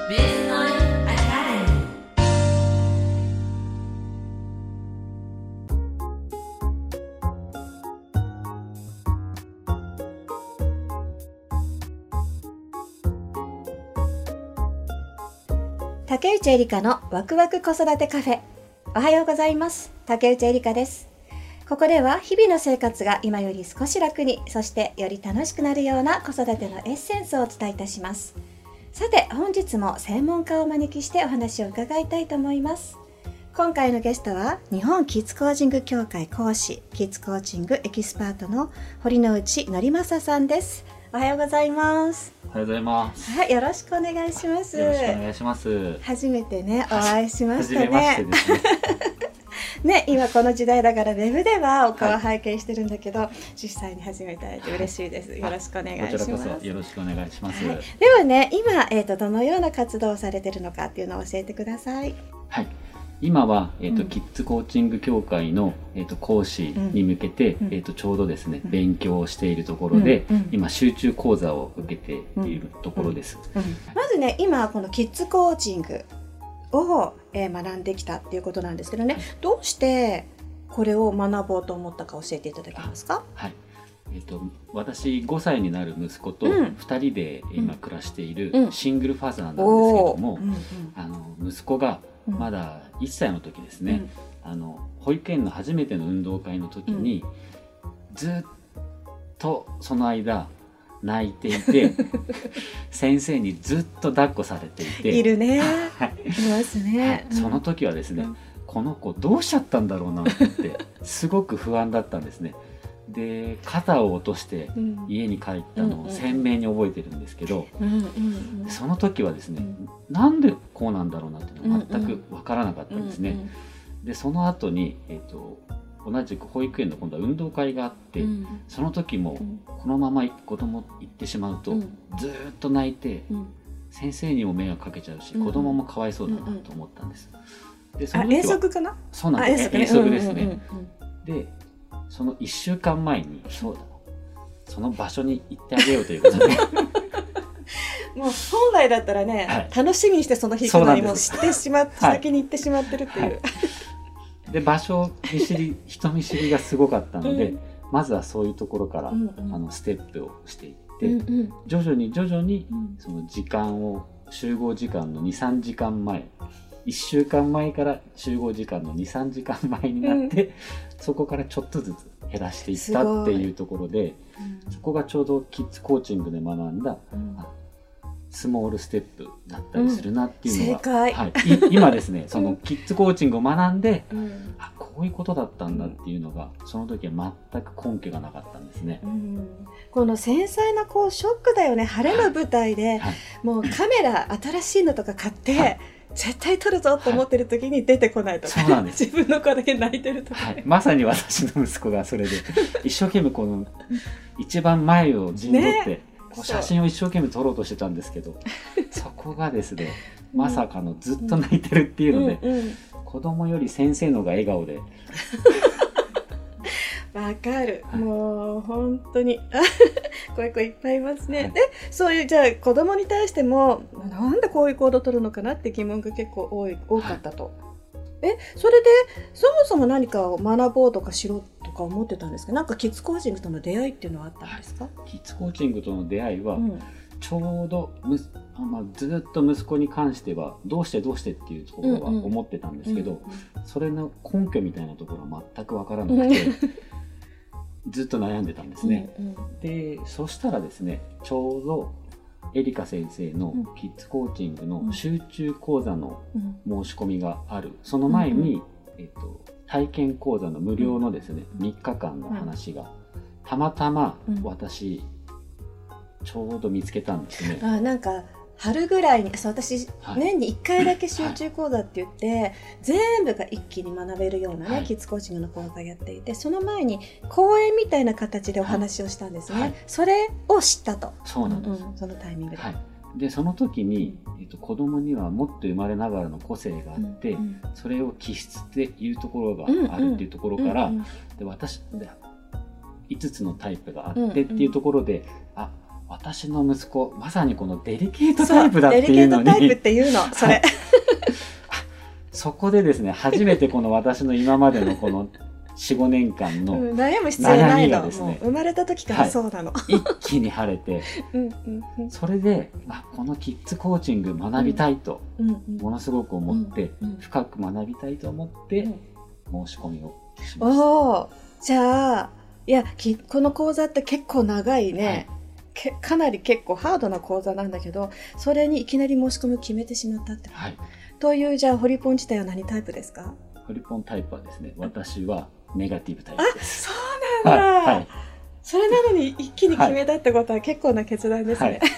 Midnight Academy。 竹内えりかのワクワク子育てカフェ。おはようございます。竹内えりかです。ここでは日々の生活が今より少し楽に、そしてより楽しくなるような子育てのエッセンスをお伝えいたします。さて、本日も専門家をお招きしてお話を伺いたいと思います。今回のゲストは日本キッズコーチング協会講師、キッズコーチングエキスパートの堀之内則正さんです。おはようございます。 おはようございます。 はい、よろしくお願いします。 よろしくお願いします。 初めてね、お会いしましたね。 初めましてですね。 ね、今この時代だからウェブではお顔拝見してるんだけど、実際に初めて会えて嬉しいです。よろしくお願いします。 こちらこそよろしくお願いします。 はい、ではね、今、どのような活動をされているのかっていうのを教えてください。 はい。今は、キッズコーチング協会の、講師に向けて、ちょうどですね、勉強をしているところで、今集中講座を受けているところです。 まずね、今このキッズコーチングを、学んできたっていうことなんですけどね、どうしてこれを学ぼうと思ったか教えていただけますか？ はい。私5歳になる息子と2人で今暮らしているシングルファザーなんですけども、息子がまだ1歳の時ですね、保育園の初めての運動会の時に、ずっとその間泣いていて先生にずっと抱っこされていているね、いますね、 その時はですね、この子どうしちゃったんだろうなってすごく不安だったんですね。で、肩を落として家に帰ったのを鮮明に覚えてるんですけど、その時はですね、なんでこうなんだろうなっていうのは全く分からなかったんですね。で、その後に、同じく保育園の今度は運動会があって、その時もこのまま子供行ってしまうと、ずっと泣いて、先生にも迷惑かけちゃうし、子供もかわいそうだなと思ったんです。で、その時は遠足かな？ そうなんです。遠足ですね。で、その1週間前に、そうだ、その場所に行ってあげようということでもう本来だったらね、楽しみにしてその日くらいもしてしまって、先に行ってしまってるっていう、 で、場所見知り、人見知りがすごかったので、まずはそういうところからステップをしていって、徐々にその時間を、集合時間の 2,3 時間前、1週間前から集合時間の 2,3 時間前になって、そこからちょっとずつ減らしていったっていうところで、そこがちょうどキッズコーチングで学んだ、スモールステップだったりするなっていうのが、はい、今ですね、そのキッズコーチングを学んで、こういうことだったんだっていうのが、その時は全く根拠がなかったんですね。 この繊細なこうショックだよね。晴れの舞台で、もうカメラ新しいのとか買って、絶対撮るぞと思ってる時に出てこないとか、 そうなんです。 自分の子だけ泣いてるとか、 まさに私の息子がそれで一生懸命この一番前を陣取って、こう写真を一生懸命撮ろうとしてたんですけど、そこがですね、まさかのずっと泣いてるっていうので、子供より先生の方が笑顔でわかる、もう本当にこういう子いっぱいいますね。で、そういうじゃあ子供に対してもなんでこういう行動を取るのかなって疑問が結構多かったと。それでそもそも何かを学ぼうとかしろとか思ってたんですか？なんかキッズコーチングとの出会いっていうのはあったんですか？ キッズコーチングとの出会いは、ちょうどずっと息子に関してはどうしてっていうところは思ってたんですけど、それの根拠みたいなところは全く分からなくてずっと悩んでたんですね。で、そしたらですね、ちょうどエリカ先生のキッズコーチングの集中講座の申し込みがある、その前に、体験講座の無料のですね、3日間の話がたまたま私、ちょうど見つけたんですね。 なんか春ぐらいに、私、年に1回だけ集中講座って言って、全部が一気に学べるようなね、キッズコーチングの講座やっていて、その前に講演みたいな形でお話をしたんですね。それを知ったと。 そうなんです。 そのタイミングで。 で、その時に、子供にはもっと生まれながらの個性があって、それを気質っていうところがあるっていうところから、で、私5つのタイプがあってっていうところで、 私の息子まさにこのデリケートタイプだっていうのに、 デリケートタイプっていうのそれそこでですね初めてこの私の今までのこの4、5年間の悩む必要ないの、 ですね、 もう生まれた時からそうなの、 一気に晴れてそれでこのキッズコーチング学びたいとものすごく思って、深く学びたいと思って申し込みをしました。 じゃあこの講座って結構長いね、かなり結構ハードな講座なんだけど、それにいきなり申し込みを決めてしまったってこと、というじゃあホリポン自体は何タイプですか？ ホリポンタイプはですね、私はネガティブタイプです。 そうなんだ、それなのに一気に決めたってことは結構な決断ですね、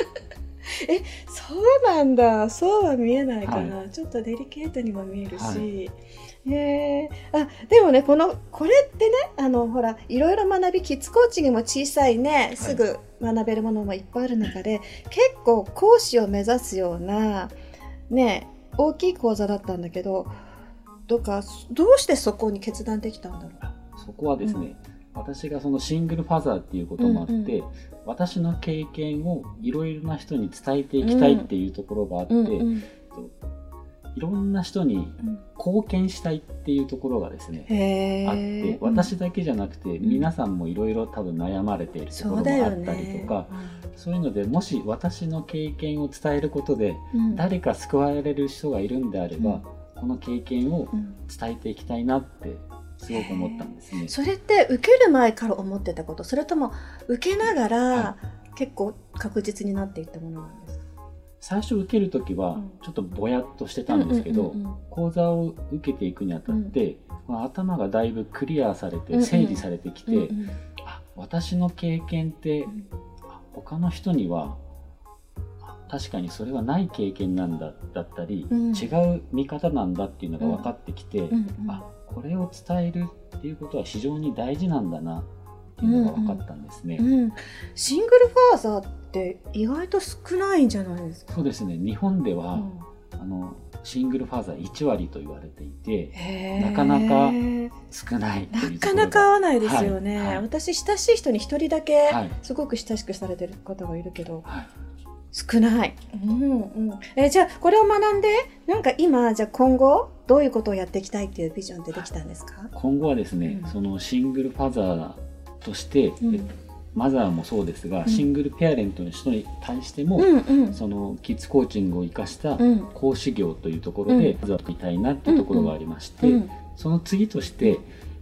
そうなんだ。そうは見えないかな、ちょっとデリケートにも見えるし、でもねこれってねほらいろいろ学び、キッズコーチングも小さいねすぐ学べるものもいっぱいある中で、結構講師を目指すようなね大きい講座だったんだけど、どうしてそこに決断できたんだろう？ そこはですね、私がそのシングルファザーっていうこともあって、私の経験をいろいろな人に伝えていきたいっていうところがあって、いろんな人に貢献したいっていうところがですね、あって、私だけじゃなくて皆さんもいろいろ多分悩まれているところもあったりとか、そういうのでもし私の経験を伝えることで誰か救われる人がいるんであれば、この経験を伝えていきたいなってすごく思ったんですね。 それって受ける前から思ってたこと、それとも受けながら結構確実になっていったものなんですか？ 最初受ける時はちょっとぼやっとしてたんですけど、講座を受けていくにあたって、頭がだいぶクリアされて整理されてきて、私の経験って他の人には確かにそれはない経験なんだったり、違う見方なんだっていうのが分かってきて、これを伝えるっていうことは非常に大事なんだなっていうのが分かったんですね。 シングルファーザーって意外と少ないんじゃないですか？ そうですね、日本では、シングルファーザー1割と言われていて、なかなか少ないというところが、 なかなか合わないですよね。私親しい人に一人だけすごく親しくされてる方がいるけど、少ない、じゃあこれを学んでなんか今じゃあ今後どういうことをやっていきたいっていうビジョンってできたんですか？ 今後はですね、そのシングルファザーとして、マザーもそうですが、シングルペアレントの人に対しても、そのキッズコーチングを生かした講師業というところでやりたいなというところがありまして、その次として、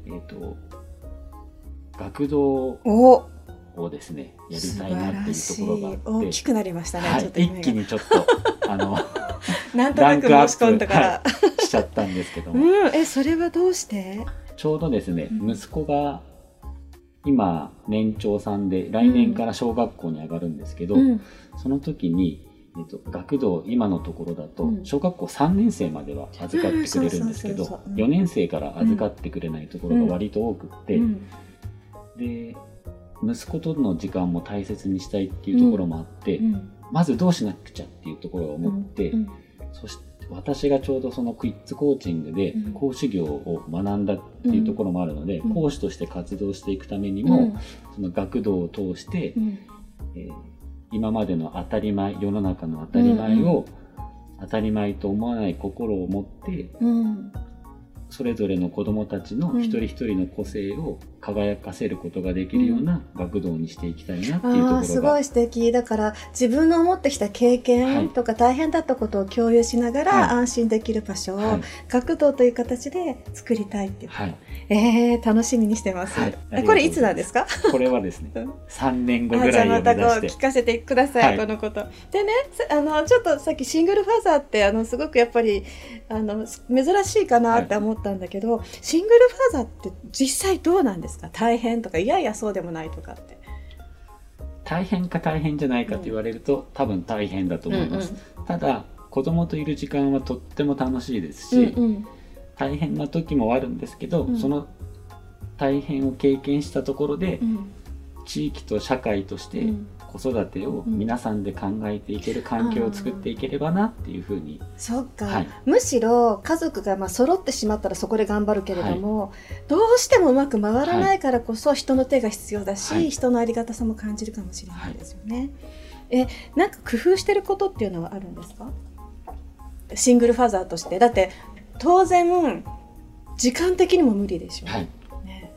学童をですねやりたいなっていうところがあって、 大きくなりましたね、ちょっと一気にちょっとなんとなく申し込んだから、 しちゃったんですけども、 それはどうして？ ちょうどですね、息子が今年長さんで来年から小学校に上がるんですけど、その時に、学童今のところだと小学校3年生までは預かってくれるんですけど、4年生から預かってくれないところが割と多くって、で息子との時間も大切にしたいっていうところもあって、まずどうしなくちゃっていうところを思って、そして私がちょうどそのクイッズコーチングで講師業を学んだっていうところもあるので、講師として活動していくためにも、その学童を通して、今までの当たり前、世の中の当たり前を当たり前と思わない心を持って、それぞれの子どもたちの一人一人の個性を輝かせることができるような学童にしていきたいなっていうところが、 すごい素敵。だから自分の持ってきた経験とか大変だったことを共有しながら安心できる場所を学童という形で作りたいっていう、楽しみにしてます、これいつなんですか？ これはですね3年後ぐらいを目指して、 じゃあまた聞かせてください、このことでね。ちょっとさっきシングルファーザーってすごくやっぱり珍しいかなって思ったんだけど、シングルファーザーって実際どうなんですか？大変とかいやいやそうでもないとかって。 大変か大変じゃないかと言われると、多分大変だと思います、ただ子供といる時間はとっても楽しいですし、大変な時もあるんですけど、その大変を経験したところで、地域と社会として子育てを皆さんで考えていける環境を作っていければなっていうふうに、 そうか、 はい、 むしろ家族が揃ってしまったらそこで頑張るけれども、はい、どうしてもうまく回らないからこそ人の手が必要だし、はい、人のありがたさも感じるかもしれないですよね、はい、なんか工夫してることっていうのはあるんですか？シングルファザーとして。だって当然時間的にも無理でしょ、はいね、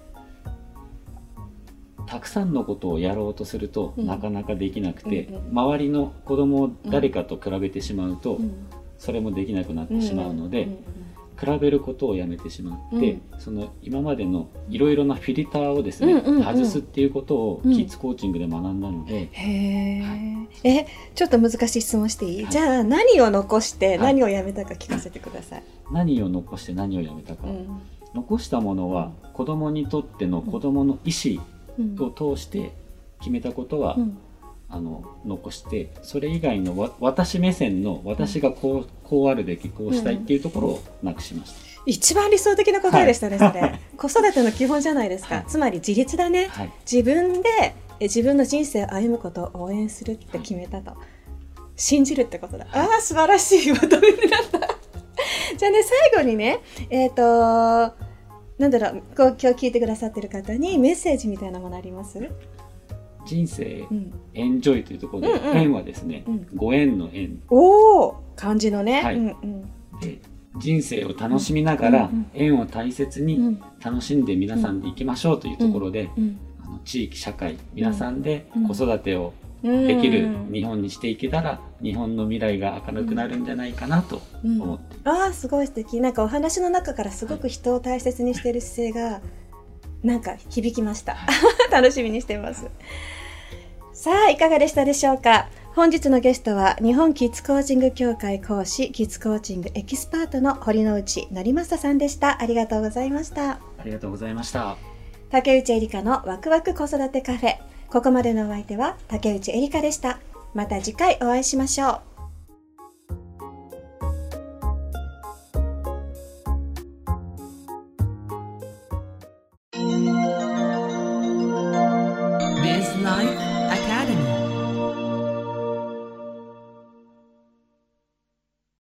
たくさんのことをやろうとすると、なかなかできなくて、周りの子供を誰かと比べてしまうと、それもできなくなってしまうので、比べることをやめてしまって、その今までのいろいろなフィルターをですね、外すっていうことをキッズコーチングで学んだので、 はい、ちょっと難しい質問していい？はい、じゃあ何を残して何をやめたか聞かせてください。 何を残して何をやめたか、残したものは子供にとっての子供の意思を通して決めたことは、残して、それ以外の私目線の私がこうあるべき、こうしたいっていうところをなくしました。 一番理想的な答えでしたね、はい、それ子育ての基本じゃないですか、はい、つまり自立だね、はい、自分で自分の人生を歩むことを応援するって決めたと、はい、信じるってことだ、はい、素晴らしいまとめになったじゃあね、最後にねなんだろう、今日聞いてくださってる方にメッセージみたいなものあります？ 人生、エンジョイというところで、縁はですね、ご縁の縁、 漢字のね、はい、 で人生を楽しみながら、縁を大切に楽しんで皆さんでいきましょうというところで、地域社会皆さんで子育てをできる日本にしていけたら、日本の未来が明るくなるんじゃないかなと思っています。 すごい素敵。なんかお話の中からすごく人を大切にしている姿勢がなんか響きました楽しみにしています。さあ、いかがでしたでしょうか。本日のゲストは日本キッズコーチング協会講師、キッズコーチングエキスパートの堀之内則正さんでした。ありがとうございました。 ありがとうございました。 竹内エリカのワクワク子育てカフェ、ここまでのお相手は竹内エリカでした。また次回お会いしましょう。